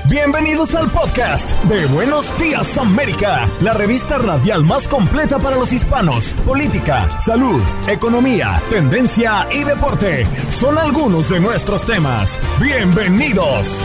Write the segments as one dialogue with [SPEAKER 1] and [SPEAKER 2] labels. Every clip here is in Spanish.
[SPEAKER 1] Bienvenidos al podcast de Buenos Días América, la revista radial más completa para los hispanos. Política, salud, economía, tendencia y deporte son algunos de nuestros temas. ¡Bienvenidos!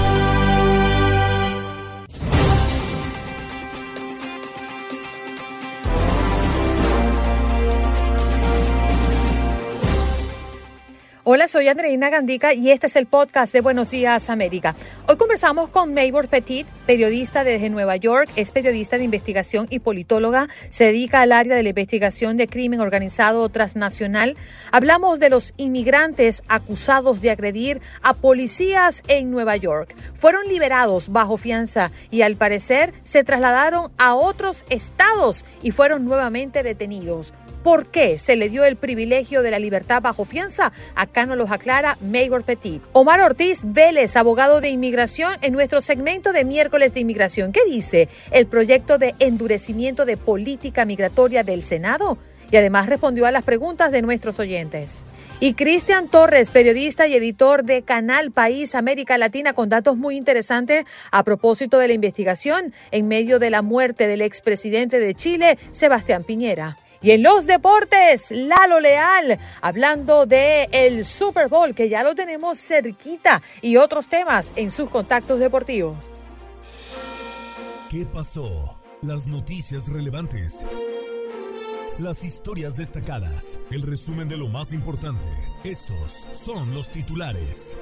[SPEAKER 2] Hola, soy Andreina Gandica y este es el podcast de Buenos Días América. Hoy conversamos con Maybor Petit, periodista desde Nueva York, es periodista de investigación y politóloga, se dedica al área de la investigación de crimen organizado transnacional. Hablamos de los inmigrantes acusados de agredir a policías en Nueva York. Fueron liberados bajo fianza y al parecer se trasladaron a otros estados y fueron nuevamente detenidos. ¿Por qué se le dio el privilegio de la libertad bajo fianza? Acá nos los aclara Maybor Petit. Omar Ortiz Vélez, abogado de inmigración, en nuestro segmento de miércoles de inmigración. ¿Qué dice el proyecto de endurecimiento de política migratoria del Senado? Y además respondió a las preguntas de nuestros oyentes. Y Cristian Torres, periodista y editor de Canal País América Latina, con datos muy interesantes a propósito de la investigación en medio de la muerte del expresidente de Chile, Sebastián Piñera. Y en los deportes, Lalo Leal, hablando de el Super Bowl, que ya lo tenemos cerquita, y otros temas en sus contactos deportivos.
[SPEAKER 1] ¿Qué pasó? Las noticias relevantes. Las historias destacadas. El resumen de lo más importante. Estos son los titulares.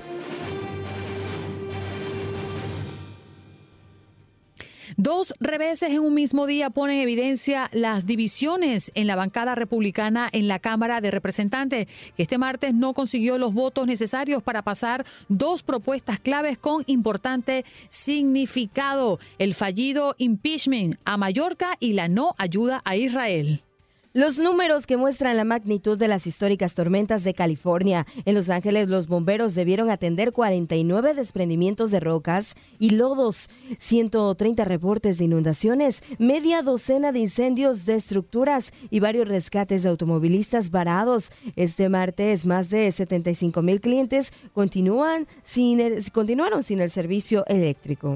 [SPEAKER 2] Dos reveses en un mismo día ponen en evidencia las divisiones en la bancada republicana en la Cámara de Representantes, que este martes no consiguió los votos necesarios para pasar dos propuestas claves con importante significado: el fallido impeachment a Mallorca y la no ayuda a Israel.
[SPEAKER 3] Los números que muestran la magnitud de las históricas tormentas de California. En Los Ángeles, los bomberos debieron atender 49 desprendimientos de rocas y lodos, 130 reportes de inundaciones, media docena de incendios de estructuras y varios rescates de automovilistas varados. Este martes, más de 75,000 clientes continuaron sin el servicio eléctrico.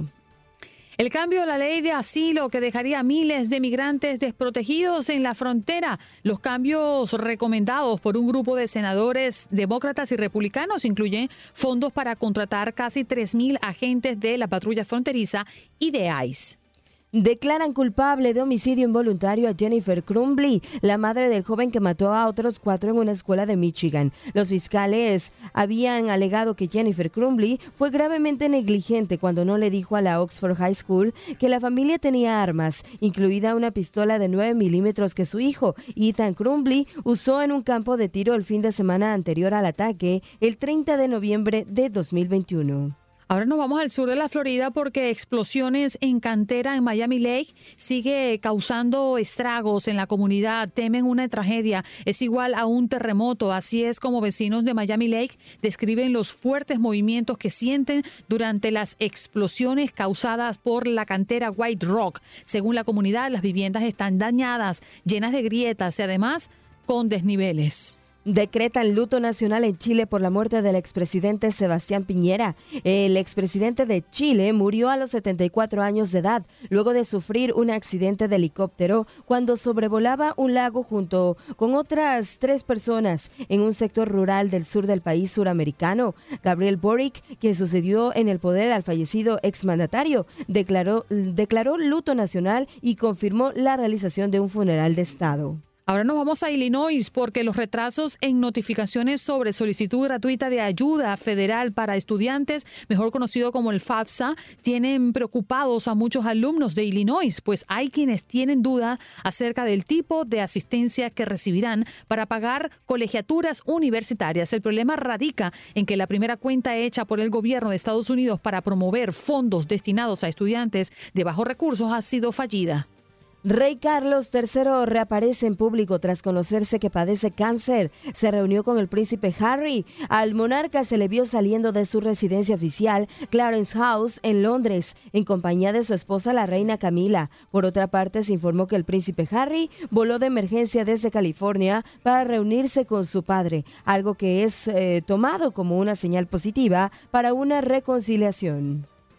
[SPEAKER 2] El cambio a la ley de asilo que dejaría a miles de migrantes desprotegidos en la frontera. Los cambios recomendados por un grupo de senadores demócratas y republicanos incluyen fondos para contratar casi 3,000 agentes de la patrulla fronteriza y de ICE.
[SPEAKER 3] Declaran culpable de homicidio involuntario a Jennifer Crumbley, la madre del joven que mató a otros 4 en una escuela de Michigan. Los fiscales habían alegado que Jennifer Crumbley fue gravemente negligente cuando no le dijo a la Oxford High School que la familia tenía armas, incluida una pistola de 9 milímetros que su hijo, Ethan Crumbley, usó en un campo de tiro el fin de semana anterior al ataque, el 30 de noviembre de 2021.
[SPEAKER 2] Ahora nos vamos al sur de la Florida porque explosiones en cantera en Miami Lake sigue causando estragos en la comunidad. Temen una tragedia. Es igual a un terremoto. Así es como vecinos de Miami Lake describen los fuertes movimientos que sienten durante las explosiones causadas por la cantera White Rock. Según la comunidad, las viviendas están dañadas, llenas de grietas y además con desniveles.
[SPEAKER 3] Decretan luto nacional en Chile por la muerte del expresidente Sebastián Piñera. El expresidente de Chile murió a los 74 años de edad, luego de sufrir un accidente de helicóptero cuando sobrevolaba un lago junto con otras 3 personas en un sector rural del sur del país suramericano. Gabriel Boric, quien sucedió en el poder al fallecido exmandatario, declaró luto nacional y confirmó la realización de un funeral de Estado.
[SPEAKER 2] Ahora nos vamos a Illinois porque los retrasos en notificaciones sobre solicitud gratuita de ayuda federal para estudiantes, mejor conocido como el FAFSA, tienen preocupados a muchos alumnos de Illinois, pues hay quienes tienen dudas acerca del tipo de asistencia que recibirán para pagar colegiaturas universitarias. El problema radica en que la primera cuenta hecha por el gobierno de Estados Unidos para promover fondos destinados a estudiantes de bajos recursos ha sido fallida.
[SPEAKER 3] Rey Carlos III reaparece en público tras conocerse que padece cáncer. Se reunió con el príncipe Harry. Al monarca se le vio saliendo de su residencia oficial, Clarence House, en Londres, en compañía de su esposa, la reina Camila. Por otra parte, se informó que el príncipe Harry voló de emergencia desde California para reunirse con su padre, algo que es tomado como una señal positiva para una reconciliación.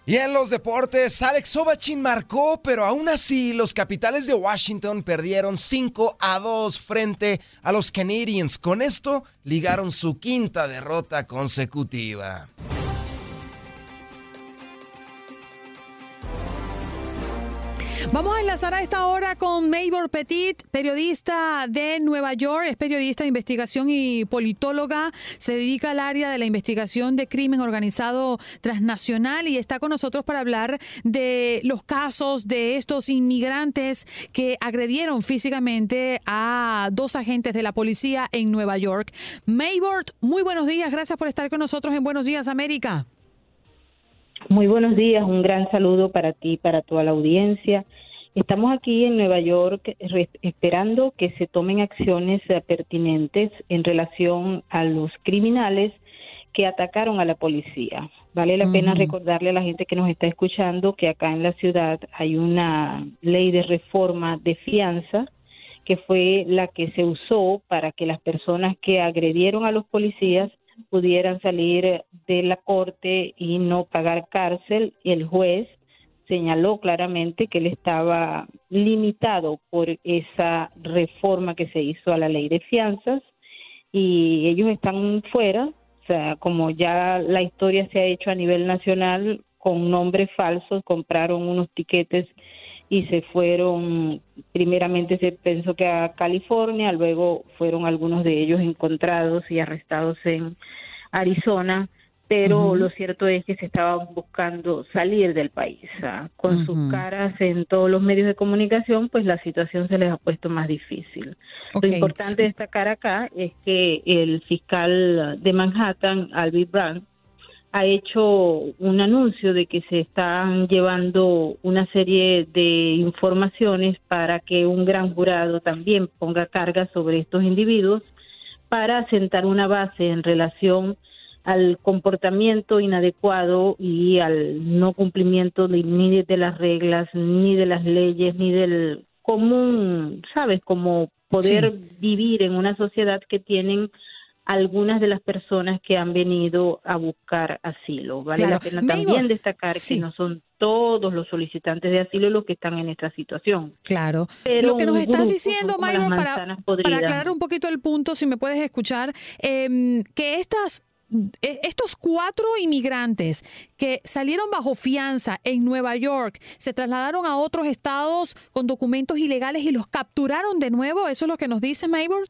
[SPEAKER 4] Y en los deportes, Alex Ovechkin marcó, pero aún así los Capitales de Washington perdieron 5-2 frente a los Canadiens. Con esto ligaron su quinta derrota consecutiva.
[SPEAKER 2] Vamos a enlazar a esta hora con Maybor Petit, periodista de Nueva York, es periodista de investigación y politóloga, se dedica al área de la investigación de crimen organizado transnacional y está con nosotros para hablar de los casos de estos inmigrantes que agredieron físicamente a 2 agentes de la policía en Nueva York. Maybor, muy buenos días, gracias por estar con nosotros en Buenos Días América.
[SPEAKER 5] Muy buenos días, un gran saludo para ti y para toda la audiencia. Estamos aquí en Nueva York esperando que se tomen acciones pertinentes en relación a los criminales que atacaron a la policía. Vale la pena recordarle a la gente que nos está escuchando que acá en la ciudad hay una ley de reforma de fianza que fue la que se usó para que las personas que agredieron a los policías pudieran salir de la corte y no pagar cárcel. El juez señaló claramente que él estaba limitado por esa reforma que se hizo a la ley de fianzas y ellos están fuera, o sea, como ya la historia se ha hecho a nivel nacional con nombres falsos, compraron unos tiquetes y se fueron, primeramente se pensó que a California, luego fueron algunos de ellos encontrados y arrestados en Arizona, pero lo cierto es que se estaban buscando salir del país. Con sus caras en todos los medios de comunicación, pues la situación se les ha puesto más difícil. Lo importante destacar acá es que el fiscal de Manhattan, Alvin Bragg, ha hecho un anuncio de que se están llevando una serie de informaciones para que un gran jurado también ponga carga sobre estos individuos para sentar una base en relación al comportamiento inadecuado y al no cumplimiento ni de las reglas, ni de las leyes, ni del común, ¿sabes? Como poder vivir en una sociedad que tienen algunas de las personas que han venido a buscar asilo. Vale la pena también destacar que no son todos los solicitantes de asilo los que están en esta situación.
[SPEAKER 2] Claro.
[SPEAKER 5] Pero
[SPEAKER 2] lo que nos estás diciendo, Maybor, para
[SPEAKER 5] podridas.
[SPEAKER 2] aclarar un poquito el punto, si me puedes escuchar, que estos 4 inmigrantes que salieron bajo fianza en Nueva York se trasladaron a otros estados con documentos ilegales y los capturaron de nuevo. ¿Eso es lo que nos dice Maybor?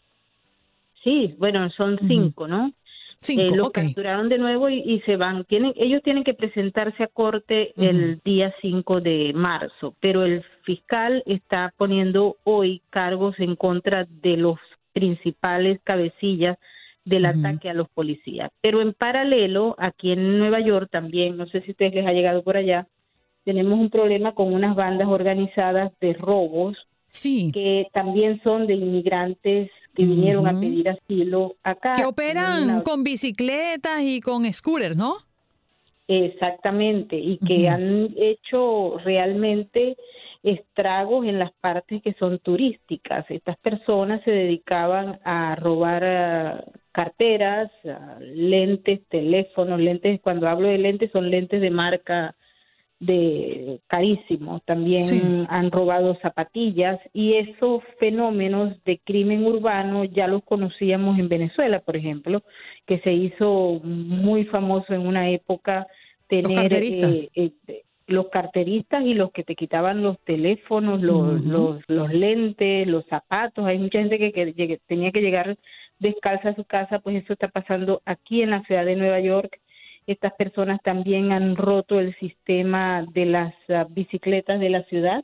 [SPEAKER 5] Sí, bueno, son 5, ¿no?
[SPEAKER 2] 5,
[SPEAKER 5] los capturaron de nuevo y se van. Ellos tienen que presentarse a corte el día 5 de marzo, pero el fiscal está poniendo hoy cargos en contra de los principales cabecillas del ataque a los policías. Pero en paralelo, aquí en Nueva York también, no sé si a ustedes les ha llegado por allá, tenemos un problema con unas bandas organizadas de robos que también son de inmigrantes que vinieron a pedir asilo acá.
[SPEAKER 2] Que operan con bicicletas y con scooters, ¿no?
[SPEAKER 5] Exactamente, y que han hecho realmente estragos en las partes que son turísticas. Estas personas se dedicaban a robar carteras, lentes, teléfonos, lentes, cuando hablo de lentes son lentes de marca de carísimos, también han robado zapatillas y esos fenómenos de crimen urbano ya los conocíamos en Venezuela, por ejemplo, que se hizo muy famoso en una época tener los carteristas y los que te quitaban los teléfonos, los lentes, los zapatos. Hay mucha gente que tenía que llegar descalza a su casa, pues eso está pasando aquí en la ciudad de Nueva York. Estas personas también han roto el sistema de las bicicletas de la ciudad.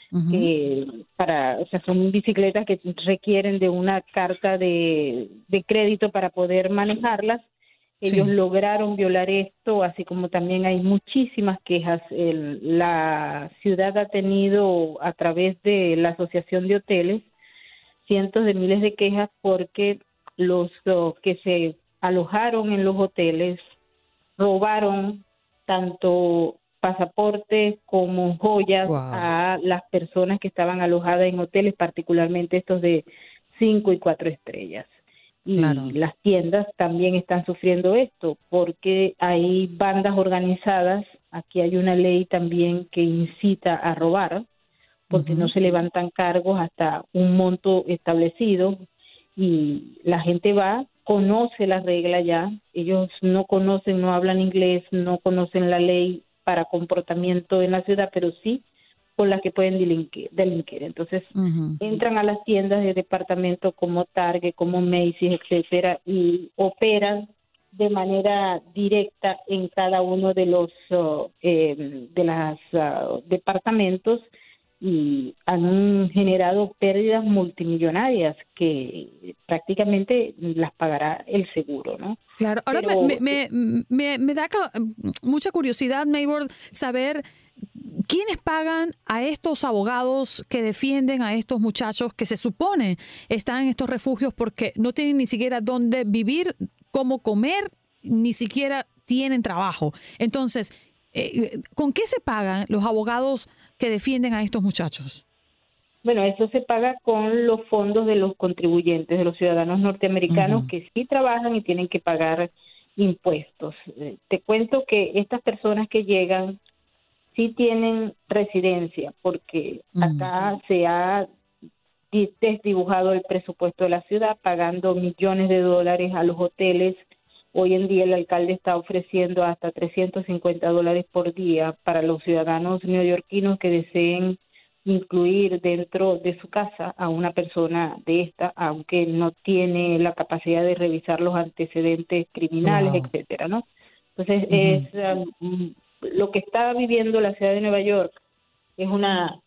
[SPEAKER 5] O sea, son bicicletas que requieren de una carta de crédito para poder manejarlas. Ellos lograron violar esto, así como también hay muchísimas quejas. La ciudad ha tenido, a través de la Asociación de Hoteles, cientos de miles de quejas porque los que se alojaron en los hoteles robaron tanto pasaportes como joyas a las personas que estaban alojadas en hoteles, particularmente estos de 5 y 4 estrellas. Y las tiendas también están sufriendo esto porque hay bandas organizadas Aquí hay una ley también que incita a robar, porque no se levantan cargos hasta un monto establecido y la gente va, conoce la regla ya, ellos no conocen, no hablan inglés, no conocen la ley para comportamiento en la ciudad, pero sí con la que pueden delinquir. Entonces, entran a las tiendas de departamento como Target, como Macy's, etcétera, y operan de manera directa en cada uno de los departamentos y han generado pérdidas multimillonarias que prácticamente las pagará el seguro, ¿no?
[SPEAKER 2] Claro, ahora
[SPEAKER 5] Pero,
[SPEAKER 2] me da mucha curiosidad, Maybor, saber quiénes pagan a estos abogados que defienden a estos muchachos que se supone están en estos refugios porque no tienen ni siquiera dónde vivir, cómo comer, ni siquiera tienen trabajo. Entonces, ¿con qué se pagan los abogados que defienden a estos muchachos?
[SPEAKER 5] Bueno, eso se paga con los fondos de los contribuyentes, de los ciudadanos norteamericanos que sí trabajan y tienen que pagar impuestos. Te cuento que estas personas que llegan sí tienen residencia, porque acá se ha desdibujado el presupuesto de la ciudad, pagando millones de dólares a los hoteles. Hoy en día el alcalde está ofreciendo hasta $350 por día para los ciudadanos neoyorquinos que deseen incluir dentro de su casa a una persona de esta, aunque no tiene la capacidad de revisar los antecedentes criminales, etcétera, ¿no? Entonces, lo que está viviendo la ciudad de Nueva York es una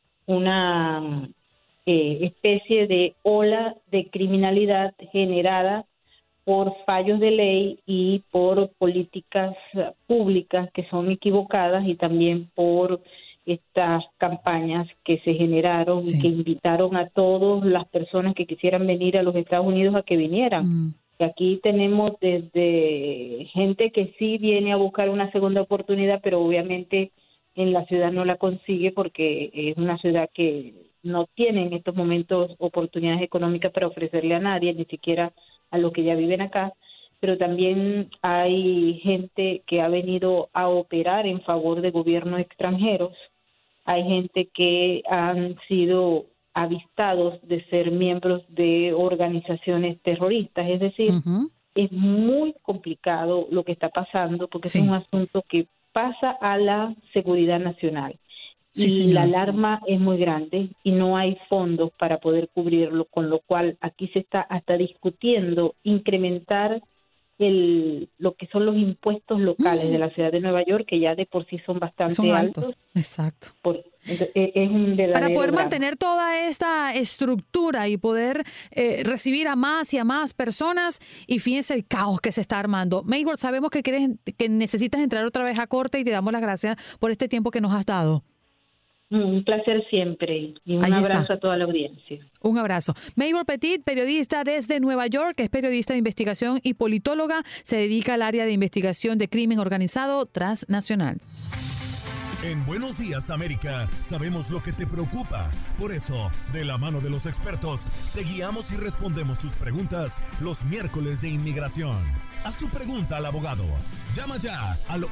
[SPEAKER 5] especie de ola de criminalidad generada por fallos de ley y por políticas públicas que son equivocadas y también por estas campañas que se generaron y que invitaron a todas las personas que quisieran venir a los Estados Unidos a que vinieran. Y aquí tenemos desde gente que sí viene a buscar una segunda oportunidad, pero obviamente en la ciudad no la consigue porque es una ciudad que no tiene en estos momentos oportunidades económicas para ofrecerle a nadie, ni siquiera a los que ya viven acá. Pero también hay gente que ha venido a operar en favor de gobiernos extranjeros. Hay gente que han sido avistados de ser miembros de organizaciones terroristas. Es decir, es muy complicado lo que está pasando porque es un asunto que pasa a la seguridad nacional. La alarma es muy grande y no hay fondos para poder cubrirlo, con lo cual aquí se está hasta discutiendo incrementar lo que son los impuestos locales de la ciudad de Nueva York, que ya de por sí son bastante altos.
[SPEAKER 2] Exacto.
[SPEAKER 5] Es un verdadero
[SPEAKER 2] para poder
[SPEAKER 5] drama.
[SPEAKER 2] mantener toda esta estructura y poder recibir a más y a más personas, y fíjense el caos que se está armando. Maybor, sabemos que necesitas entrar otra vez a corte y te damos las gracias por este tiempo que nos has dado.
[SPEAKER 5] Un placer siempre y un abrazo a toda la audiencia.
[SPEAKER 2] Un abrazo. Maybor Petit, periodista desde Nueva York, es periodista de investigación y politóloga, se dedica al área de investigación de crimen organizado transnacional.
[SPEAKER 1] En Buenos Días, América, sabemos lo que te preocupa. Por eso, de la mano de los expertos, te guiamos y respondemos tus preguntas los miércoles de inmigración. Haz tu pregunta al abogado. Llama ya al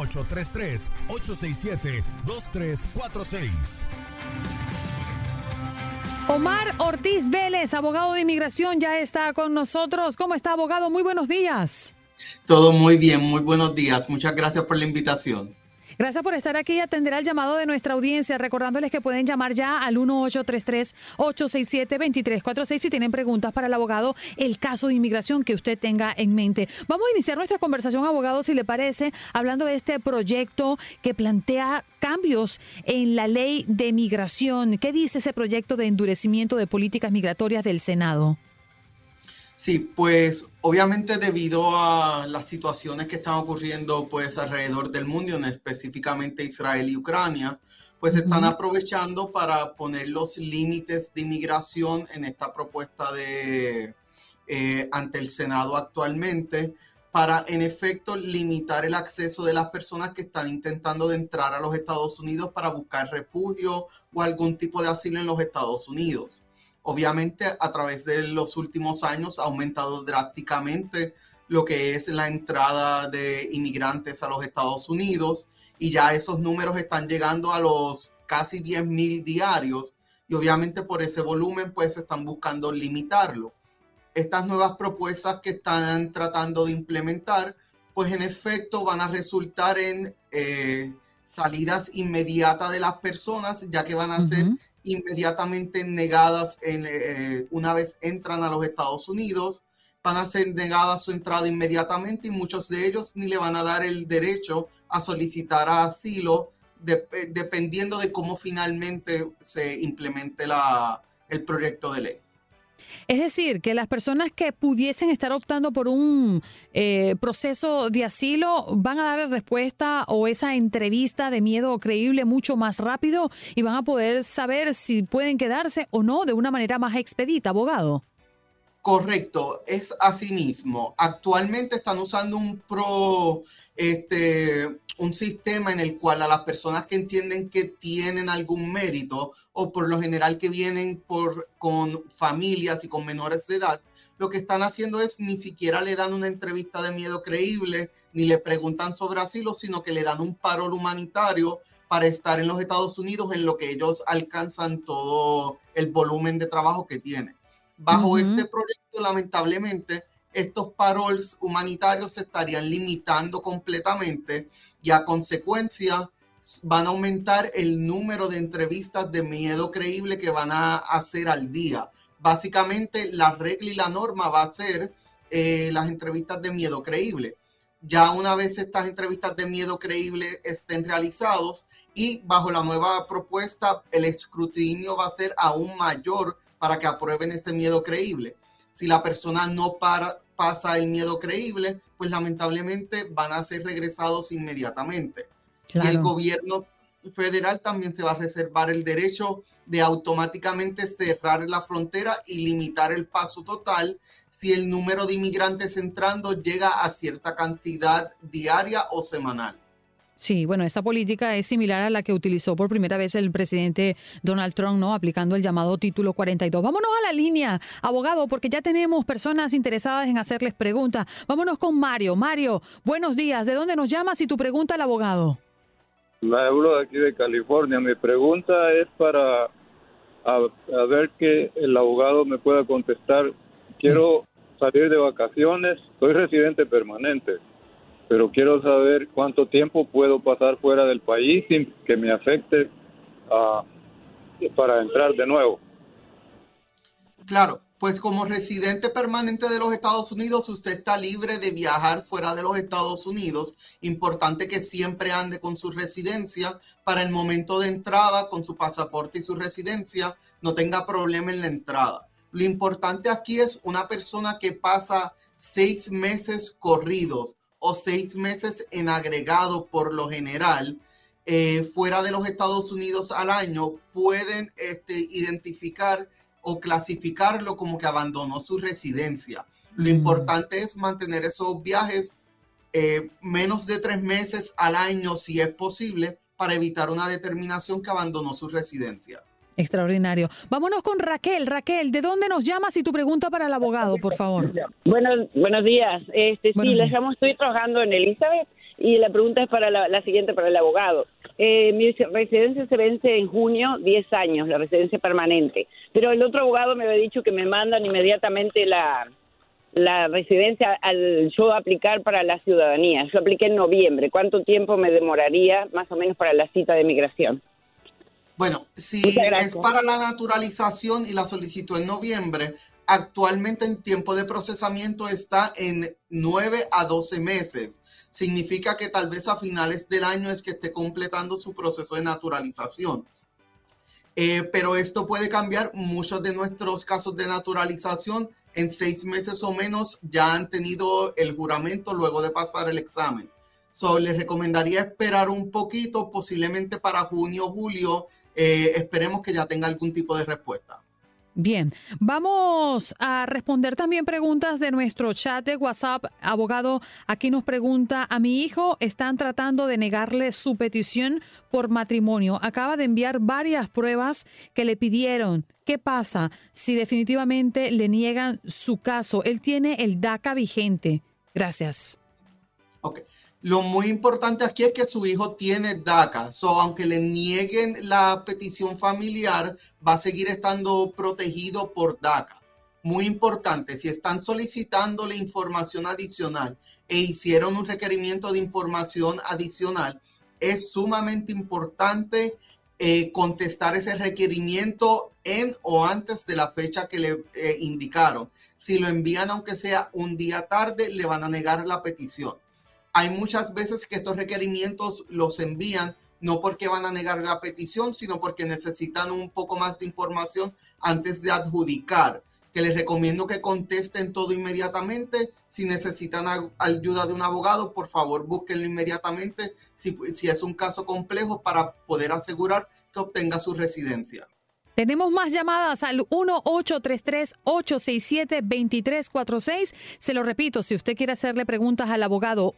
[SPEAKER 1] 1-833-867-2346.
[SPEAKER 2] Omar Ortiz Vélez, abogado de inmigración, ya está con nosotros. ¿Cómo está, abogado? Muy buenos días.
[SPEAKER 6] Todo muy bien, muy buenos días. Muchas gracias por la invitación.
[SPEAKER 2] Gracias por estar aquí y atender el llamado de nuestra audiencia, recordándoles que pueden llamar ya al 1-833-867-2346 si tienen preguntas para el abogado, el caso de inmigración que usted tenga en mente. Vamos a iniciar nuestra conversación, abogado, si le parece, hablando de este proyecto que plantea cambios en la ley de migración. ¿Qué dice ese proyecto de endurecimiento de políticas migratorias del Senado?
[SPEAKER 6] Sí, pues obviamente debido a las situaciones que están ocurriendo pues alrededor del mundo, específicamente Israel y Ucrania, pues están aprovechando para poner los límites de inmigración en esta propuesta ante el Senado actualmente, para en efecto limitar el acceso de las personas que están intentando de entrar a los Estados Unidos para buscar refugio o algún tipo de asilo en los Estados Unidos. Obviamente, a través de los últimos años ha aumentado drásticamente lo que es la entrada de inmigrantes a los Estados Unidos y ya esos números están llegando a los casi 10,000 diarios y obviamente por ese volumen pues están buscando limitarlo. Estas nuevas propuestas que están tratando de implementar pues en efecto van a resultar en salidas inmediatas de las personas, ya que van a ser inmediatamente negadas una vez entran a los Estados Unidos, van a ser negadas su entrada inmediatamente y muchos de ellos ni le van a dar el derecho a solicitar asilo dependiendo de cómo finalmente se implemente el proyecto de ley.
[SPEAKER 2] Es decir, que las personas que pudiesen estar optando por un proceso de asilo van a dar respuesta o esa entrevista de miedo creíble mucho más rápido y van a poder saber si pueden quedarse o no de una manera más expedita, abogado.
[SPEAKER 6] Correcto, es así mismo. Actualmente están usando un sistema en el cual a las personas que entienden que tienen algún mérito o por lo general que vienen con familias y con menores de edad, lo que están haciendo es ni siquiera le dan una entrevista de miedo creíble ni le preguntan sobre asilo, sino que le dan un parol humanitario para estar en los Estados Unidos en lo que ellos alcanzan todo el volumen de trabajo que tienen. Bajo este proyecto, lamentablemente, estos paroles humanitarios se estarían limitando completamente y a consecuencia van a aumentar el número de entrevistas de miedo creíble que van a hacer al día. Básicamente, la regla y la norma va a ser las entrevistas de miedo creíble. Ya una vez estas entrevistas de miedo creíble estén realizados y bajo la nueva propuesta, el escrutinio va a ser aún mayor para que aprueben este miedo creíble. Si la persona no pasa el miedo creíble, pues lamentablemente van a ser regresados inmediatamente. Claro. Y el gobierno federal también se va a reservar el derecho de automáticamente cerrar la frontera y limitar el paso total si el número de inmigrantes entrando llega a cierta cantidad diaria o semanal.
[SPEAKER 2] Sí, bueno, esta política es similar a la que utilizó por primera vez el presidente Donald Trump, ¿no? Aplicando el llamado Título 42. Vámonos a la línea, abogado, porque ya tenemos personas interesadas en hacerles preguntas. Vámonos con Mario. Mario, buenos días. ¿De dónde nos llamas y tu pregunta al abogado?
[SPEAKER 7] La hablo de aquí de California. Mi pregunta es para ver que el abogado me pueda contestar. Quiero salir de vacaciones. Soy residente permanente, pero quiero saber cuánto tiempo puedo pasar fuera del país sin que me afecte para entrar de nuevo.
[SPEAKER 6] Claro, pues como residente permanente de los Estados Unidos, usted está libre de viajar fuera de los Estados Unidos. Importante que siempre ande con su residencia para el momento de entrada, con su pasaporte y su residencia, no tenga problema en la entrada. Lo importante aquí es una persona que pasa 6 meses corridos o 6 meses en agregado por lo general, fuera de los Estados Unidos al año, pueden identificar o clasificarlo como que abandonó su residencia. Lo importante es mantener esos viajes menos de 3 meses al año, si es posible, para evitar una determinación que abandonó su residencia.
[SPEAKER 2] Extraordinario. Vámonos con Raquel. Raquel, ¿de dónde nos llamas y tu pregunta para el abogado, por favor?
[SPEAKER 8] Buenos días.
[SPEAKER 2] Buenos días.
[SPEAKER 8] Estoy trabajando en Elizabeth y la pregunta es para la siguiente, para el abogado. Mi residencia se vence en junio, 10 años, la residencia permanente. Pero el otro abogado me había dicho que me mandan inmediatamente la residencia al yo aplicar para la ciudadanía. Yo apliqué en noviembre. ¿Cuánto tiempo me demoraría más o menos para la cita de migración?
[SPEAKER 6] Bueno, si es para la naturalización y la solicitó en noviembre, actualmente el tiempo de procesamiento está en 9 a 12 meses. Significa que tal vez a finales del año es que esté completando su proceso de naturalización. Pero esto puede cambiar. Muchos de nuestros casos de naturalización en 6 meses o menos ya han tenido el juramento luego de pasar el examen. Les recomendaría esperar un poquito, posiblemente para junio o julio. Esperemos que ya tenga algún tipo de respuesta.
[SPEAKER 2] Bien, vamos a responder también preguntas de nuestro chat de WhatsApp. Abogado, aquí nos pregunta: a mi hijo están tratando de negarle su petición por matrimonio. Acaba de enviar varias pruebas que le pidieron. ¿Qué pasa si definitivamente le niegan su caso? Él tiene el DACA vigente. Gracias.
[SPEAKER 6] Ok. Lo muy importante aquí es que su hijo tiene DACA, aunque le nieguen la petición familiar, va a seguir estando protegido por DACA. Muy importante, si están solicitando la información adicional e hicieron un requerimiento de información adicional, es sumamente importante contestar ese requerimiento en o antes de la fecha que le indicaron. Si lo envían aunque sea un día tarde, le van a negar la petición. Hay muchas veces que estos requerimientos los envían no porque van a negar la petición, sino porque necesitan un poco más de información antes de adjudicar. Que les recomiendo que contesten todo inmediatamente. Si necesitan ayuda de un abogado, por favor, búsquenlo inmediatamente si es un caso complejo para poder asegurar que obtenga su residencia.
[SPEAKER 2] Tenemos más llamadas al 1-833-867-2346. Se lo repito, si usted quiere hacerle preguntas al abogado,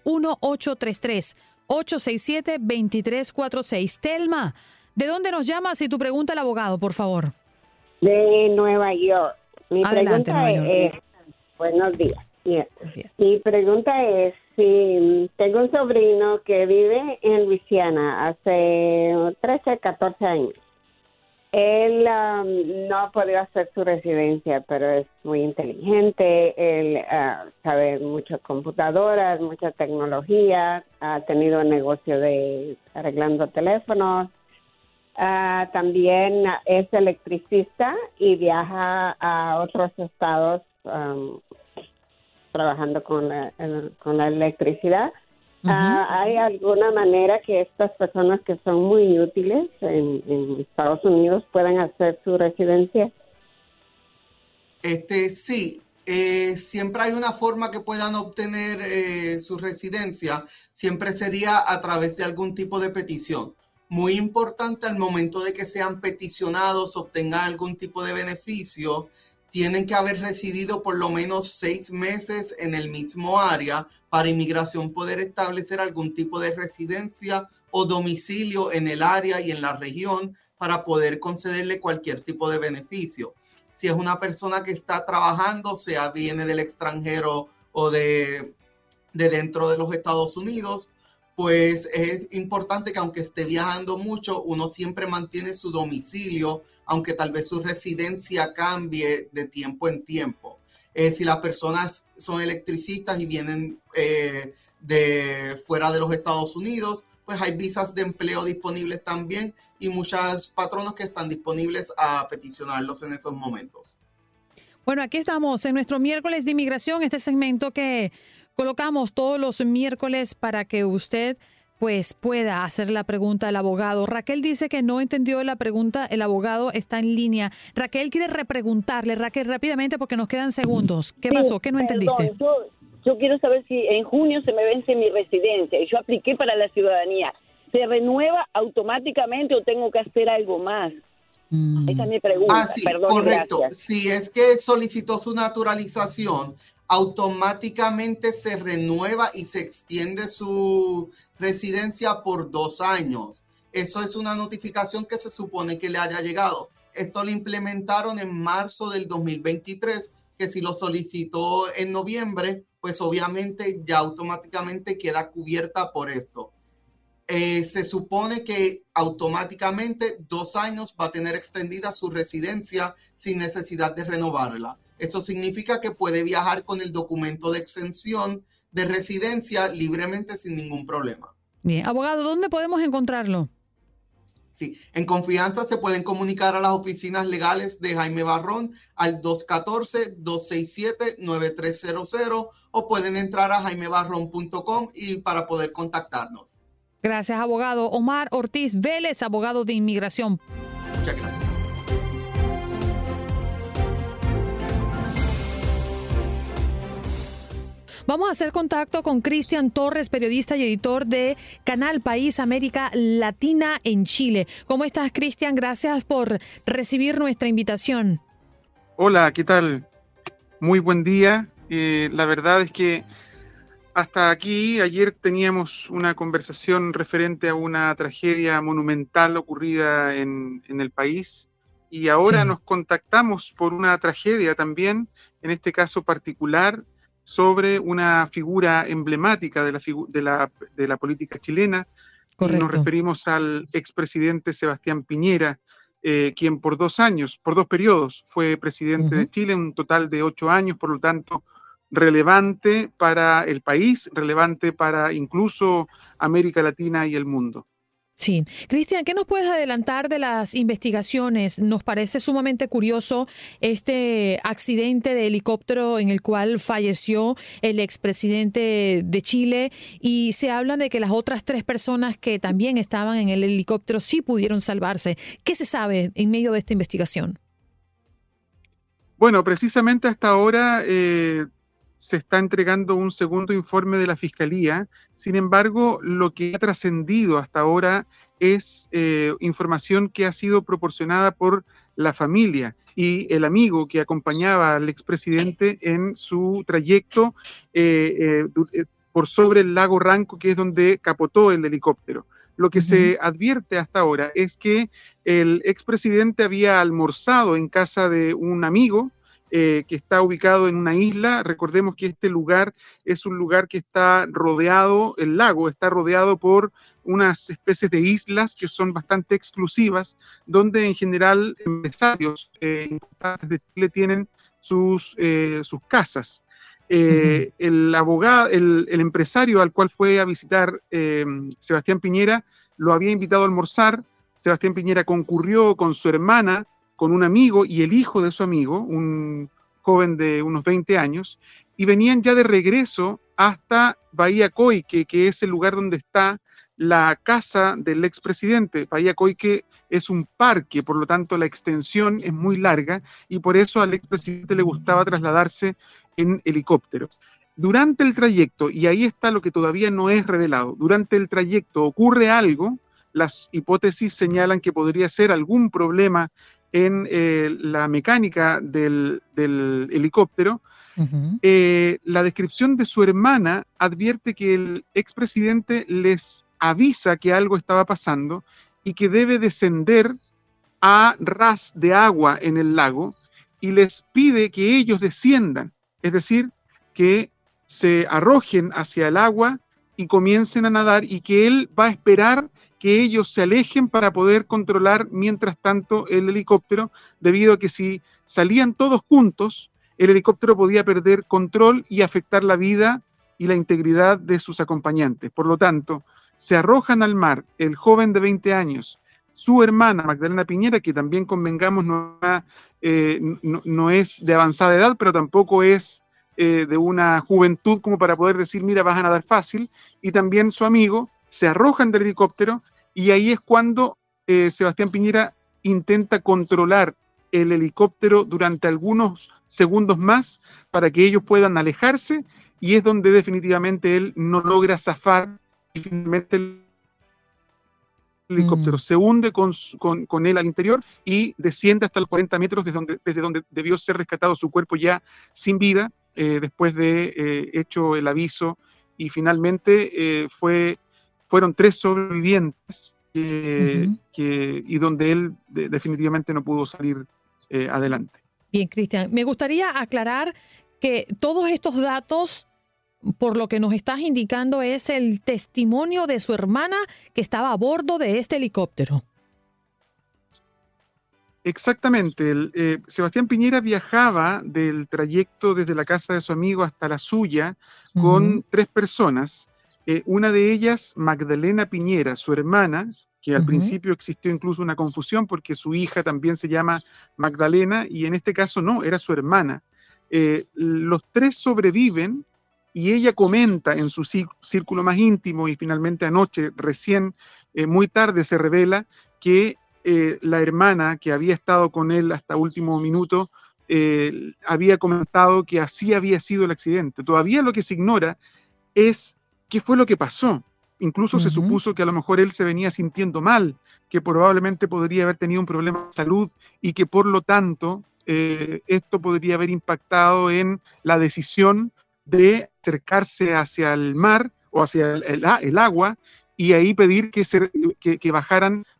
[SPEAKER 2] 1-833-867-2346. Telma, ¿de dónde nos llamas y tu pregunta al abogado, por favor?
[SPEAKER 9] De Nueva York. Mi
[SPEAKER 2] Adelante,
[SPEAKER 9] pregunta es, buenos días. Mi pregunta es si tengo un sobrino que vive en Luisiana hace 13, 14 años. Él no ha podido hacer su residencia, pero es muy inteligente. Él sabe muchas computadoras, mucha tecnología. Ha tenido un negocio de arreglando teléfonos. También es electricista y viaja a otros estados trabajando con la electricidad. ¿Hay alguna manera que estas personas que son muy útiles en Estados Unidos puedan hacer su residencia?
[SPEAKER 6] Sí, siempre hay una forma que puedan obtener su residencia. Siempre sería a través de algún tipo de petición. Muy importante, al momento de que sean peticionados, obtengan algún tipo de beneficio, tienen que haber residido por lo menos 6 meses en el mismo área para inmigración poder establecer algún tipo de residencia o domicilio en el área y en la región para poder concederle cualquier tipo de beneficio. Si es una persona que está trabajando, sea viene del extranjero o de dentro de los Estados Unidos, pues es importante que aunque esté viajando mucho, uno siempre mantiene su domicilio, aunque tal vez su residencia cambie de tiempo en tiempo. Si las personas son electricistas y vienen de fuera de los Estados Unidos, pues hay visas de empleo disponibles también y muchos patronos que están disponibles a peticionarlos en esos momentos.
[SPEAKER 2] Bueno, aquí estamos en nuestro miércoles de inmigración, este segmento que colocamos todos los miércoles para que usted pues pueda hacer la pregunta al abogado. Raquel dice que no entendió la pregunta, el abogado está en línea. Raquel quiere repreguntarle, Raquel, rápidamente porque nos quedan segundos. ¿Qué pasó? ¿Qué no entendiste?
[SPEAKER 8] Yo quiero saber si en junio se me vence mi residencia y yo apliqué para la ciudadanía. ¿Se renueva automáticamente o tengo que hacer algo más? Esa es mi pregunta.
[SPEAKER 6] Sí,
[SPEAKER 8] perdón,
[SPEAKER 6] correcto.
[SPEAKER 8] gracias.
[SPEAKER 6] Si es que solicitó su naturalización, automáticamente se renueva y se extiende su residencia por 2 años. Eso es una notificación que se supone que le haya llegado. Esto lo implementaron en marzo del 2023, que si lo solicitó en noviembre, pues obviamente ya automáticamente queda cubierta por esto. Se supone que automáticamente 2 años va a tener extendida su residencia sin necesidad de renovarla. Eso significa que puede viajar con el documento de exención de residencia libremente sin ningún problema.
[SPEAKER 2] Bien, abogado, ¿dónde podemos encontrarlo?
[SPEAKER 6] Sí, en confianza se pueden comunicar a las oficinas legales de Jaime Barrón al 214-267-9300 o pueden entrar a jaimebarrón.com y para poder contactarnos.
[SPEAKER 2] Gracias, abogado. Omar Ortiz Vélez, abogado de inmigración.
[SPEAKER 6] Muchas gracias.
[SPEAKER 2] Vamos a hacer contacto con Cristian Torres, periodista y editor de Canal País América Latina en Chile. ¿Cómo estás, Cristian? Gracias por recibir nuestra invitación.
[SPEAKER 10] Hola, ¿qué tal? Muy buen día. La verdad es que hasta aquí, ayer teníamos una conversación referente a una tragedia monumental ocurrida en el país y ahora nos contactamos por una tragedia también, en este caso particular, sobre una figura emblemática de la política chilena. Correcto. Y nos referimos al expresidente Sebastián Piñera, quien por 2 periodos fue presidente de Chile, un total de 8 años, por lo tanto, relevante para el país, relevante para incluso América Latina y el mundo.
[SPEAKER 2] Sí. Cristian, ¿qué nos puedes adelantar de las investigaciones? Nos parece sumamente curioso este accidente de helicóptero en el cual falleció el expresidente de Chile, y se habla de que las otras 3 personas que también estaban en el helicóptero sí pudieron salvarse. ¿Qué se sabe en medio de esta investigación?
[SPEAKER 10] Bueno, precisamente hasta ahora se está entregando un segundo informe de la Fiscalía. Sin embargo, lo que ha trascendido hasta ahora es información que ha sido proporcionada por la familia y el amigo que acompañaba al expresidente en su trayecto por sobre el lago Ranco, que es donde capotó el helicóptero. Lo que se advierte hasta ahora es que el expresidente había almorzado en casa de un amigo que está ubicado en una isla. Recordemos que este lugar es un lugar que está rodeado, el lago está rodeado por unas especies de islas que son bastante exclusivas, donde en general empresarios importantes de Chile tienen sus casas. El empresario al cual fue a visitar Sebastián Piñera lo había invitado a almorzar. Sebastián Piñera concurrió con su hermana, con un amigo y el hijo de su amigo, un joven de unos 20 años, y venían ya de regreso hasta Bahía Coique, que es el lugar donde está la casa del expresidente. Bahía Coique es un parque, por lo tanto la extensión es muy larga, y por eso al expresidente le gustaba trasladarse en helicóptero. Durante el trayecto, y ahí está lo que todavía no es revelado, durante el trayecto ocurre algo. Las hipótesis señalan que podría ser algún problema en la mecánica del helicóptero. La descripción de su hermana advierte que el expresidente les avisa que algo estaba pasando y que debe descender a ras de agua en el lago, y les pide que ellos desciendan, es decir, que se arrojen hacia el agua y comiencen a nadar, y que él va a esperar que ellos se alejen para poder controlar mientras tanto el helicóptero, debido a que si salían todos juntos, el helicóptero podía perder control y afectar la vida y la integridad de sus acompañantes. Por lo tanto, se arrojan al mar el joven de 20 años, su hermana Magdalena Piñera, que también, convengamos, no es de avanzada edad, pero tampoco es de una juventud como para poder decir, mira, vas a nadar fácil, y también su amigo, se arrojan del helicóptero, y ahí es cuando Sebastián Piñera intenta controlar el helicóptero durante algunos segundos más para que ellos puedan alejarse, y es donde definitivamente él no logra zafar, y finalmente el helicóptero se hunde con él al interior y desciende hasta los 40 metros desde donde debió ser rescatado su cuerpo ya sin vida, después de hecho el aviso, y finalmente fueron 3 sobrevivientes y donde él definitivamente no pudo salir adelante.
[SPEAKER 2] Bien, Cristian, me gustaría aclarar que todos estos datos, por lo que nos estás indicando, es el testimonio de su hermana que estaba a bordo de este helicóptero.
[SPEAKER 10] Exactamente. Sebastián Piñera viajaba del trayecto desde la casa de su amigo hasta la suya con 3 personas. Una de ellas, Magdalena Piñera, su hermana, que al principio existió incluso una confusión porque su hija también se llama Magdalena, y en este caso no, era su hermana. Los 3 sobreviven, y ella comenta en su círculo más íntimo, y finalmente anoche, recién muy tarde, se revela que la hermana, que había estado con él hasta último minuto, había comentado que así había sido el accidente. Todavía lo que se ignora es qué fue lo que pasó. Incluso se supuso que a lo mejor él se venía sintiendo mal, que probablemente podría haber tenido un problema de salud, y que por lo tanto esto podría haber impactado en la decisión de acercarse hacia el mar o hacia el agua, y ahí pedir que bajaran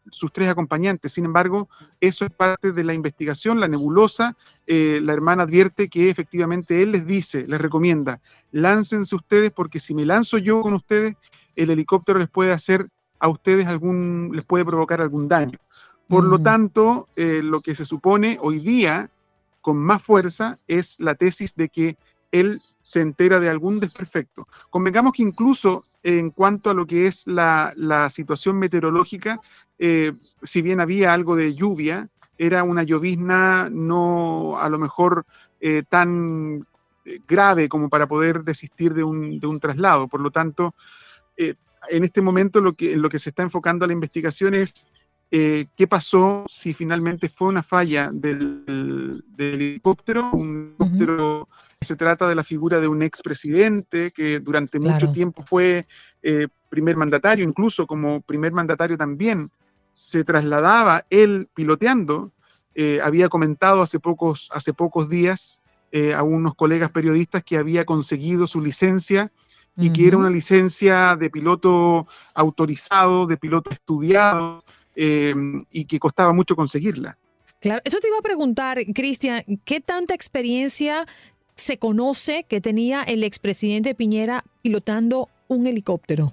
[SPEAKER 10] sus 3 acompañantes. Sin embargo, eso es parte de la investigación, la nebulosa. La hermana advierte que efectivamente él les recomienda, láncense ustedes, porque si me lanzo yo con ustedes, el helicóptero les puede hacer a ustedes les puede provocar algún daño. Por lo tanto, lo que se supone hoy día, con más fuerza, es la tesis de que él se entera de algún desperfecto. Convengamos que incluso en cuanto a lo que es la situación meteorológica, si bien había algo de lluvia, era una llovizna no a lo mejor tan grave como para poder desistir de un traslado. Por lo tanto, en este momento lo que se está enfocando a la investigación es qué pasó si finalmente fue una falla del helicóptero, un helicóptero. Se trata de la figura de un expresidente que durante mucho tiempo fue primer mandatario, incluso como primer mandatario también se trasladaba él piloteando. Había comentado hace pocos días a unos colegas periodistas que había conseguido su licencia y que era una licencia de piloto autorizado, de piloto estudiado, y que costaba mucho conseguirla.
[SPEAKER 2] Claro, eso te iba a preguntar, Cristian, ¿qué tanta experiencia se conoce que tenía el expresidente Piñera pilotando un helicóptero?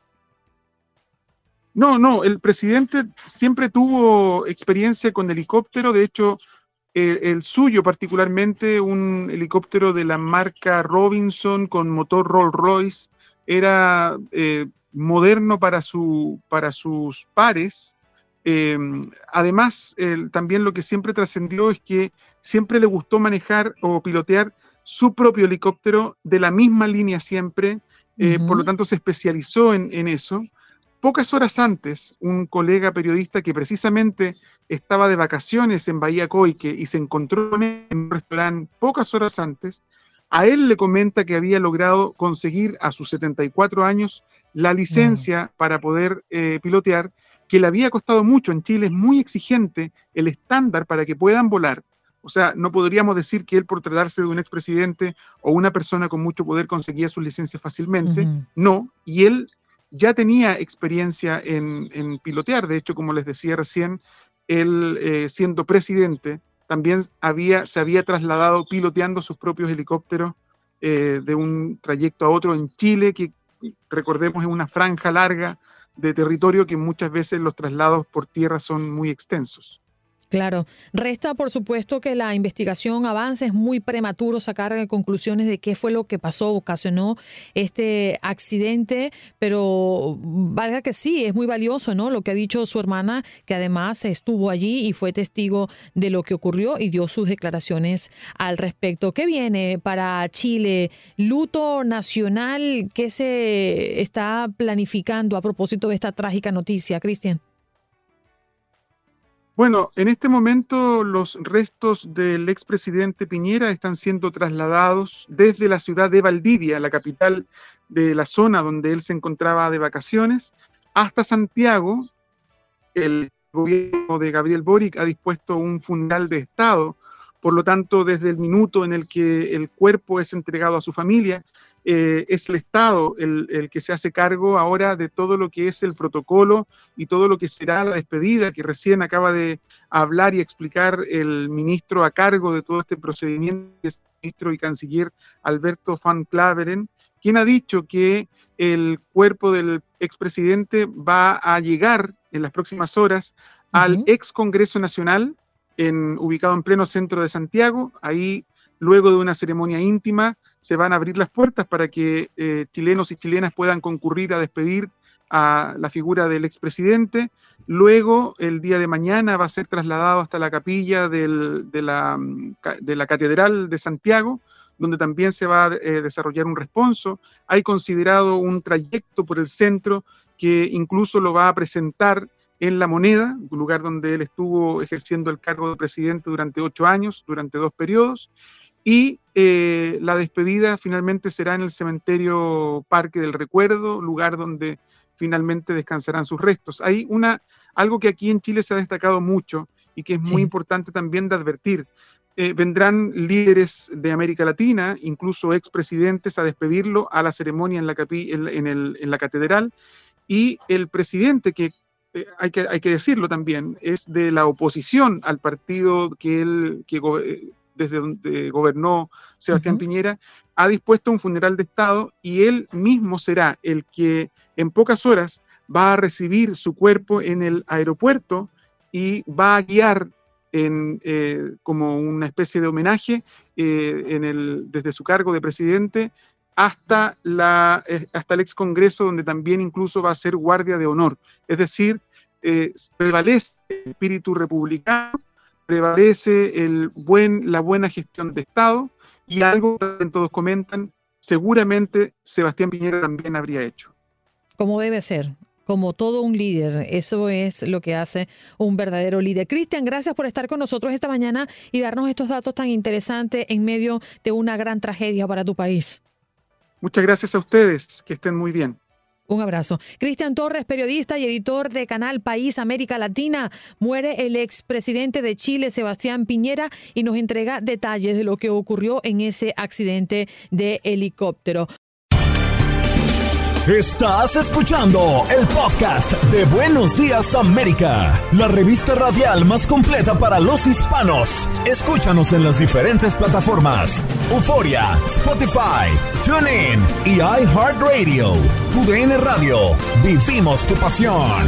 [SPEAKER 10] No, el presidente siempre tuvo experiencia con helicóptero. De hecho, el suyo particularmente, un helicóptero de la marca Robinson con motor Rolls-Royce, era moderno para sus pares. Además, también lo que siempre trascendió es que siempre le gustó manejar o pilotear su propio helicóptero de la misma línea siempre, por lo tanto se especializó en eso. Pocas horas antes, un colega periodista que precisamente estaba de vacaciones en Bahía Coique y se encontró en un restaurante pocas horas antes, a él le comenta que había logrado conseguir a sus 74 años la licencia para poder pilotear, que le había costado mucho. En Chile es muy exigente el estándar para que puedan volar. O sea, no podríamos decir que él, por tratarse de un expresidente o una persona con mucho poder, conseguía su licencia fácilmente. No, y él ya tenía experiencia en pilotear. De hecho, como les decía recién, él siendo presidente, también se había trasladado piloteando sus propios helicópteros de un trayecto a otro en Chile, que recordemos es una franja larga de territorio que muchas veces los traslados por tierra son muy extensos.
[SPEAKER 2] Claro. Resta, por supuesto, que la investigación avance. Es muy prematuro sacar conclusiones de qué fue lo que pasó, ocasionó este accidente, pero valga que sí, es muy valioso, ¿no? Lo que ha dicho su hermana, que además estuvo allí y fue testigo de lo que ocurrió y dio sus declaraciones al respecto. ¿Qué viene para Chile? ¿Luto nacional? ¿Qué se está planificando a propósito de esta trágica noticia, Cristian?
[SPEAKER 10] Bueno, en este momento los restos del expresidente Piñera están siendo trasladados desde la ciudad de Valdivia, la capital de la zona donde él se encontraba de vacaciones, hasta Santiago. El gobierno de Gabriel Boric ha dispuesto un funeral de Estado. Por lo tanto, desde el minuto en el que el cuerpo es entregado a su familia, es el Estado el que se hace cargo ahora de todo lo que es el protocolo y todo lo que será la despedida, que recién acaba de hablar y explicar el ministro a cargo de todo este procedimiento, que es el ministro y canciller Alberto Van Klaveren, quien ha dicho que el cuerpo del expresidente va a llegar en las próximas horas al ex Congreso Nacional, ubicado en pleno centro de Santiago. Ahí, luego de una ceremonia íntima, se van a abrir las puertas para que chilenos y chilenas puedan concurrir a despedir a la figura del expresidente. Luego, el día de mañana, va a ser trasladado hasta la capilla de la Catedral de Santiago, donde también se va a desarrollar un responso. Hay considerado un trayecto por el centro que incluso lo va a presentar en La Moneda, un lugar donde él estuvo ejerciendo el cargo de presidente durante 8 años, durante 2 periodos, y la despedida finalmente será en el cementerio Parque del Recuerdo, lugar donde finalmente descansarán sus restos. Hay algo que aquí en Chile se ha destacado mucho y que es muy importante también de advertir. Vendrán líderes de América Latina, incluso expresidentes, a despedirlo a la ceremonia en la catedral, y el presidente, que hay que decirlo también, es de la oposición al partido desde donde gobernó Sebastián Piñera, ha dispuesto un funeral de Estado y él mismo será el que en pocas horas va a recibir su cuerpo en el aeropuerto y va a guiar como una especie de homenaje desde su cargo de presidente hasta el ex Congreso, donde también incluso va a ser guardia de honor. Es decir, prevalece el espíritu republicano, prevalece la buena gestión de Estado, y algo que todos comentan, seguramente Sebastián Piñera también habría hecho.
[SPEAKER 2] Como debe ser, como todo un líder. Eso es lo que hace un verdadero líder. Cristian, gracias por estar con nosotros esta mañana y darnos estos datos tan interesantes en medio de una gran tragedia para tu país.
[SPEAKER 10] Muchas gracias a ustedes, que estén muy bien.
[SPEAKER 2] Un abrazo. Cristian Torres, periodista y editor de Canal País América Latina. Muere el expresidente de Chile, Sebastián Piñera, y nos entrega detalles de lo que ocurrió en ese accidente de helicóptero.
[SPEAKER 1] Estás escuchando el podcast de Buenos Días América, la revista radial más completa para los hispanos. Escúchanos en las diferentes plataformas: Euforia, Spotify, TuneIn y iHeartRadio. TUDN Radio, vivimos tu pasión.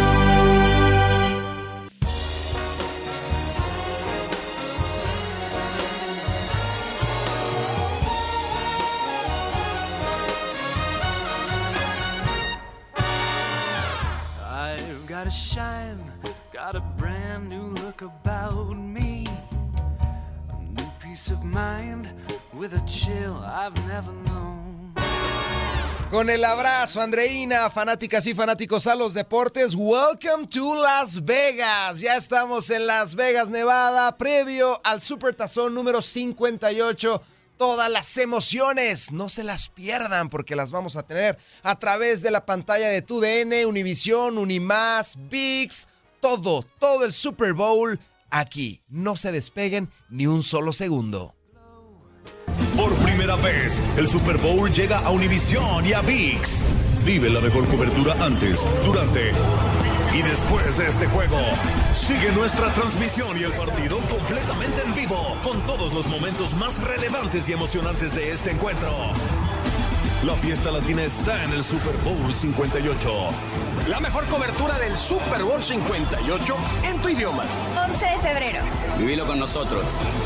[SPEAKER 11] Shine, got a brand new look about me, a new peace of mind with a chill I've never known.
[SPEAKER 4] Con el abrazo, Andreina, fanáticas y fanáticos a los deportes, welcome to Las Vegas. Ya estamos en Las Vegas, Nevada, previo al Supertazón número 58. Todas las emociones, no se las pierdan porque las vamos a tener a través de la pantalla de TUDN, Univisión, Unimás, ViX, todo el Super Bowl aquí. No se despeguen ni un solo segundo.
[SPEAKER 1] Por primera vez, el Super Bowl llega a Univisión y a ViX. Vive la mejor cobertura antes, durante y después de este juego. Sigue nuestra transmisión y el partido completamente en vivo, con todos los momentos más relevantes y emocionantes de este encuentro. La fiesta latina está en el Super Bowl 58.
[SPEAKER 12] La mejor cobertura del Super Bowl 58 en tu idioma.
[SPEAKER 13] 11 de febrero.
[SPEAKER 12] Vivilo con nosotros.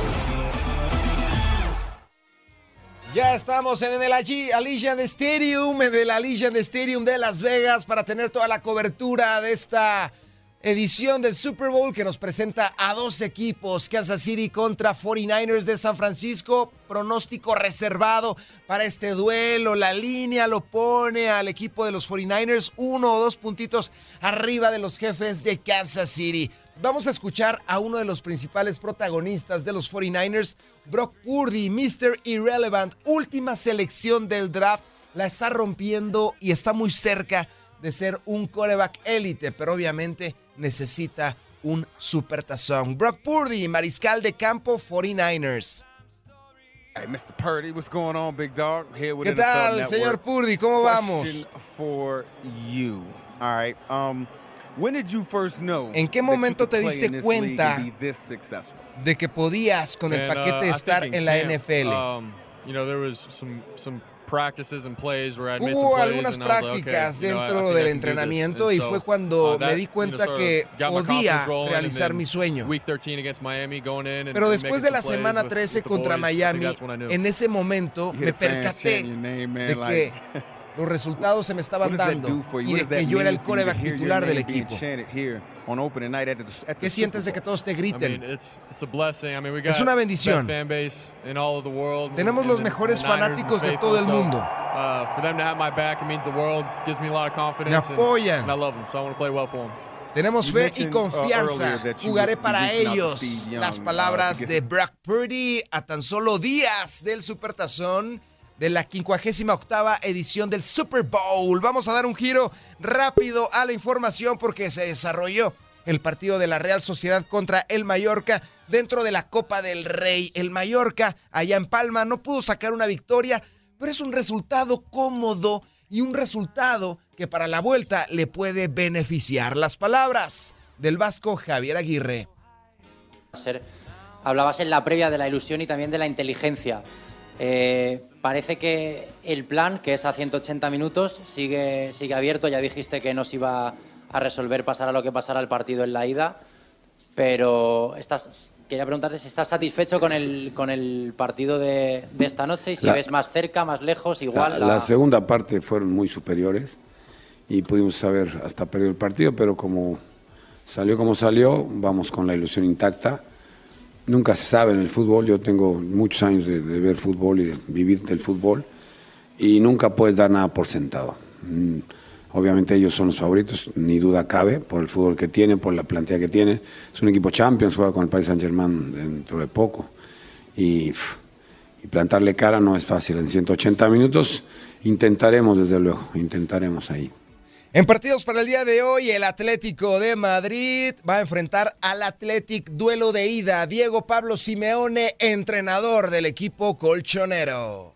[SPEAKER 4] Ya estamos en el Allegiant Stadium, de Las Vegas, para tener toda la cobertura de esta edición del Super Bowl que nos presenta a dos equipos, Kansas City contra 49ers de San Francisco. Pronóstico reservado para este duelo. La línea lo pone al equipo de los 49ers 1 o 2 puntitos arriba de los Jefes de Kansas City. Vamos a escuchar a uno de los principales protagonistas de los 49ers, Brock Purdy, Mr. Irrelevant, última selección del draft. La está rompiendo y está muy cerca de ser un quarterback élite, pero obviamente necesita un supertazón. Brock Purdy, mariscal de campo, 49ers.
[SPEAKER 14] Hey, Mr. Purdy, what's going on, big dog? Here with
[SPEAKER 4] ¿Qué tal, señor Purdy? ¿Cómo vamos?
[SPEAKER 14] For you. All right. When did you first know
[SPEAKER 4] ¿En qué momento te diste cuenta de que podías con el paquete estar en la NFL? Hubo algunas prácticas dentro del entrenamiento y fue cuando me di cuenta que podía realizar mi sueño. Pero después de la semana 13 contra Miami, en ese momento me percaté de que los resultados se me estaban dando y de que yo era el quarterback titular del equipo. ¿Qué sientes de que todos te griten? Es una bendición. Tenemos los mejores fanáticos de todo el mundo. Me apoyan. Tenemos fe y confianza. Jugaré para ellos. Las palabras de Brock Purdy a tan solo días del Supertazón de la 58ª edición del Super Bowl. Vamos a dar un giro rápido a la información porque se desarrolló el partido de la Real Sociedad contra el Mallorca dentro de la Copa del Rey. El Mallorca, allá en Palma, no pudo sacar una victoria, pero es un resultado cómodo y un resultado que para la vuelta le puede beneficiar. Las palabras del vasco Javier Aguirre.
[SPEAKER 13] Hablabas en la previa de la ilusión y también de la inteligencia. Parece que el plan, que es a 180 minutos, sigue abierto. Ya dijiste que no se iba a resolver pasara lo que pasara el partido en la ida, pero quería preguntarte si estás satisfecho con el partido de esta noche y si ves más cerca, más lejos, igual.
[SPEAKER 15] La segunda parte fueron muy superiores y pudimos haber hasta perdido el partido, pero como salió, vamos con la ilusión intacta. Nunca se sabe en el fútbol, yo tengo muchos años de ver fútbol y de vivir del fútbol y nunca puedes dar nada por sentado. Obviamente ellos son los favoritos, ni duda cabe, por el fútbol que tienen, por la plantilla que tienen. Es un equipo Champions, juega con el Paris Saint-Germain dentro de poco. Y plantarle cara no es fácil. En 180 minutos intentaremos, desde luego, intentaremos ahí.
[SPEAKER 4] En partidos para el día de hoy, el Atlético de Madrid va a enfrentar al Athletic, duelo de ida. Diego Pablo Simeone, entrenador del equipo colchonero.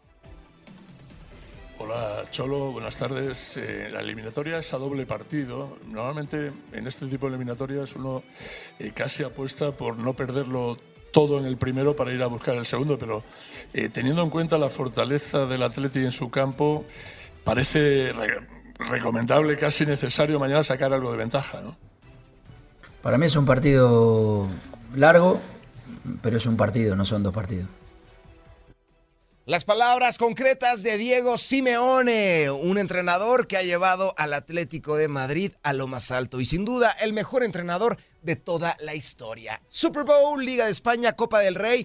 [SPEAKER 16] Hola Cholo, buenas tardes. La eliminatoria es a doble partido. Normalmente en este tipo de eliminatorias uno casi apuesta por no perderlo todo en el primero para ir a buscar el segundo, pero teniendo en cuenta la fortaleza del Athletic en su campo, parece recomendable, casi necesario mañana sacar algo de ventaja, ¿no?
[SPEAKER 17] Para mí es un partido largo, pero es un partido, no son dos partidos.
[SPEAKER 4] Las palabras concretas de Diego Simeone, un entrenador que ha llevado al Atlético de Madrid a lo más alto y sin duda el mejor entrenador de toda la historia. Super Bowl, Liga de España, Copa del Rey.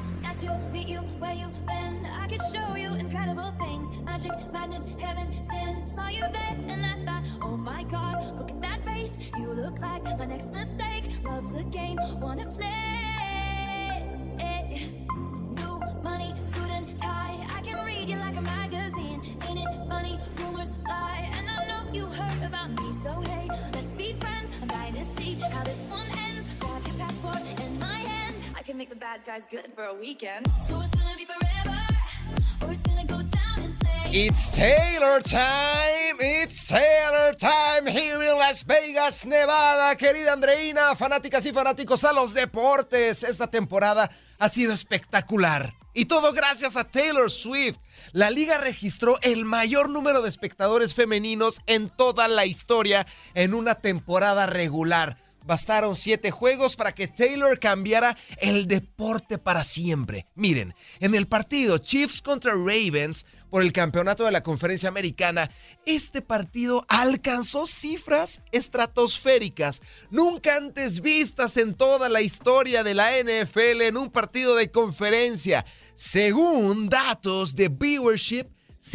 [SPEAKER 18] Money, suit and tie, I can read you like a magazine. Ain't it funny, rumors lie, and I know you heard about me. So hey, let's be friends, I'm dying to see how this one ends. Grab your passport in my hand, I can make the bad guys good for a weekend. So it's gonna be forever, or it's gonna go down in flames.
[SPEAKER 4] It's Taylor time here in Las Vegas, Nevada. Querida Andreina, fanáticas y fanáticos a los deportes, esta temporada ha sido espectacular. Y todo gracias a Taylor Swift. La liga registró el mayor número de espectadores femeninos en toda la historia en una temporada regular. Bastaron 7 juegos para que Taylor cambiara el deporte para siempre. Miren, en el partido Chiefs contra Ravens por el campeonato de la Conferencia Americana, este partido alcanzó cifras estratosféricas, nunca antes vistas en toda la historia de la NFL en un partido de conferencia. Según datos de viewership,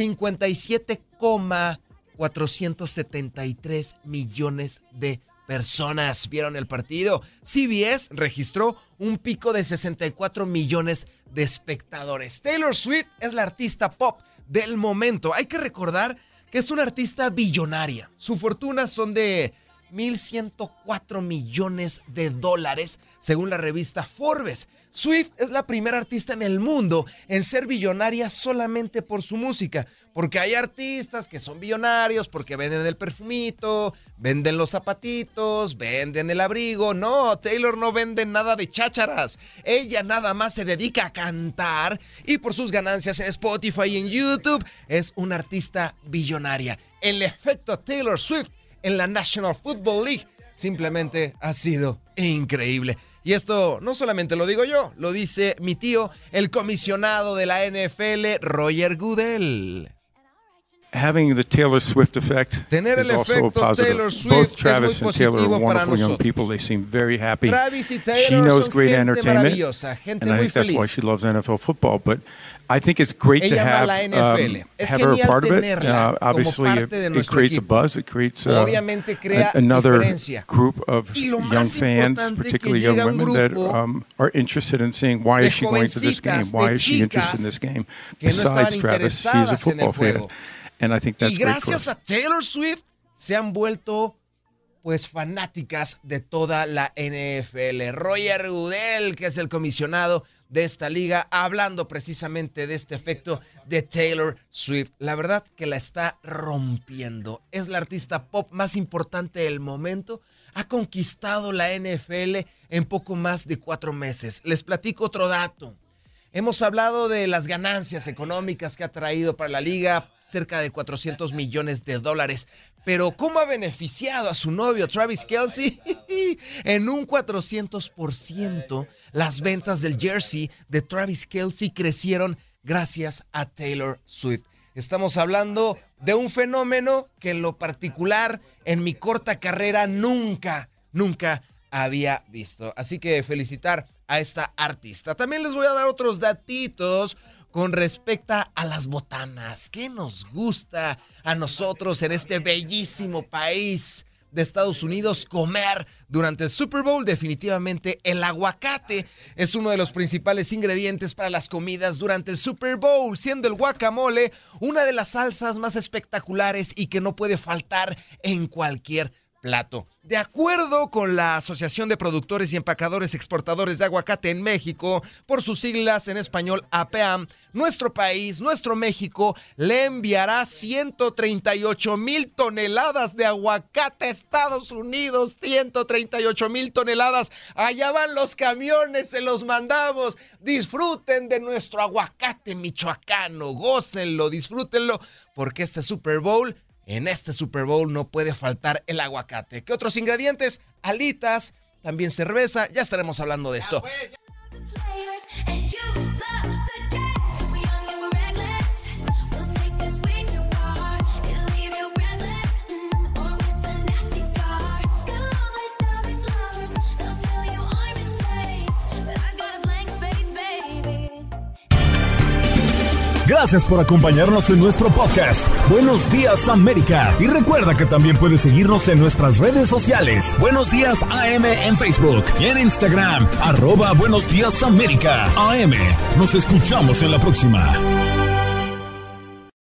[SPEAKER 4] 57,473 millones de personas vieron el partido. CBS registró un pico de 64 millones de espectadores. Taylor Swift es la artista pop del momento. Hay que recordar que es una artista billonaria. Su fortuna son de 1.104 millones de dólares, según la revista Forbes. Swift es la primera artista en el mundo en ser billonaria solamente por su música, porque hay artistas que son billonarios porque venden el perfumito, venden los zapatitos, venden el abrigo. No, Taylor no vende nada de chácharas. Ella nada más se dedica a cantar y por sus ganancias en Spotify y en YouTube es una artista billonaria. El efecto Taylor Swift en la National Football League simplemente ha sido increíble. Y esto no solamente lo digo yo, lo dice mi tío, el comisionado de la NFL, Roger Goodell.
[SPEAKER 19] Having the Taylor Swift effect
[SPEAKER 4] Tener
[SPEAKER 19] is
[SPEAKER 4] el
[SPEAKER 19] also
[SPEAKER 4] efecto
[SPEAKER 19] positive.
[SPEAKER 4] Taylor Swift
[SPEAKER 19] Both Travis
[SPEAKER 4] es muy
[SPEAKER 19] and Taylor are
[SPEAKER 4] positivo para
[SPEAKER 19] wonderful young
[SPEAKER 4] nosotros.
[SPEAKER 19] people. They seem very happy.
[SPEAKER 4] Travis y Taylor
[SPEAKER 19] She knows
[SPEAKER 4] son
[SPEAKER 19] great
[SPEAKER 4] gente
[SPEAKER 19] entertainment,
[SPEAKER 4] maravillosa, gente
[SPEAKER 19] and I
[SPEAKER 4] muy
[SPEAKER 19] think that's why
[SPEAKER 4] feliz.
[SPEAKER 19] she loves NFL football. But I think it's great to
[SPEAKER 4] Ella ama
[SPEAKER 19] have,
[SPEAKER 4] la NFL. Es
[SPEAKER 19] have her a
[SPEAKER 4] genial
[SPEAKER 19] part of it.
[SPEAKER 4] tenerla como
[SPEAKER 19] Obviously,
[SPEAKER 4] parte de
[SPEAKER 19] it
[SPEAKER 4] nuestro
[SPEAKER 19] creates
[SPEAKER 4] equipo.
[SPEAKER 19] a buzz. It creates
[SPEAKER 4] Obviamente crea
[SPEAKER 19] another
[SPEAKER 4] diferencia.
[SPEAKER 19] group of
[SPEAKER 4] Y lo
[SPEAKER 19] young
[SPEAKER 4] más
[SPEAKER 19] fans,
[SPEAKER 4] importante,
[SPEAKER 19] particularly
[SPEAKER 4] que
[SPEAKER 19] young
[SPEAKER 4] llega un
[SPEAKER 19] women, that
[SPEAKER 4] grupo
[SPEAKER 19] are interested in seeing why
[SPEAKER 4] de
[SPEAKER 19] is she going to this game?
[SPEAKER 4] jovencitas,
[SPEAKER 19] Why
[SPEAKER 4] de
[SPEAKER 19] is she interested in
[SPEAKER 4] chicas
[SPEAKER 19] this game?
[SPEAKER 4] que no estaban
[SPEAKER 19] Besides Travis, she's a
[SPEAKER 4] interesadas en el
[SPEAKER 19] football fan.
[SPEAKER 4] juego.
[SPEAKER 19] And I think that's
[SPEAKER 4] Y
[SPEAKER 19] great for
[SPEAKER 4] gracias
[SPEAKER 19] her.
[SPEAKER 4] a Taylor Swift se han vuelto pues fanáticas de toda la NFL. Roger Goodell, que es el comisionado, de esta liga, hablando precisamente de este efecto de Taylor Swift. La verdad que la está rompiendo. Es la artista pop más importante del momento. Ha conquistado la NFL en poco más de 4 meses. Les platico otro dato. Hemos hablado de las ganancias económicas que ha traído para la liga, cerca de $400 millones. Pero ¿cómo ha beneficiado a su novio Travis Kelce? En un 400%, las ventas del jersey de Travis Kelce crecieron gracias a Taylor Swift. Estamos hablando de un fenómeno que en lo particular, en mi corta carrera, nunca había visto. Así que felicitar a esta artista. También les voy a dar otros datitos con respecto a las botanas. ¿Qué nos gusta a nosotros en este bellísimo país de Estados Unidos comer durante el Super Bowl? Definitivamente el aguacate es uno de los principales ingredientes para las comidas durante el Super Bowl, siendo el guacamole una de las salsas más espectaculares y que no puede faltar en cualquier plato. De acuerdo con la Asociación de Productores y Empacadores Exportadores de Aguacate en México, por sus siglas en español APAM, nuestro país, nuestro México, le enviará 138,000 toneladas de aguacate a Estados Unidos. 138,000 toneladas. Allá van los camiones, se los mandamos. Disfruten de nuestro aguacate michoacano, gócenlo, disfrútenlo, porque en este Super Bowl no puede faltar el aguacate. ¿Qué otros ingredientes? Alitas, también cerveza. Ya estaremos hablando de esto.
[SPEAKER 1] Gracias por acompañarnos en nuestro podcast. Buenos Días América. Y recuerda que también puedes seguirnos en nuestras redes sociales. Buenos Días AM en Facebook y en Instagram. @Buenos Días América AM. Nos escuchamos en la próxima.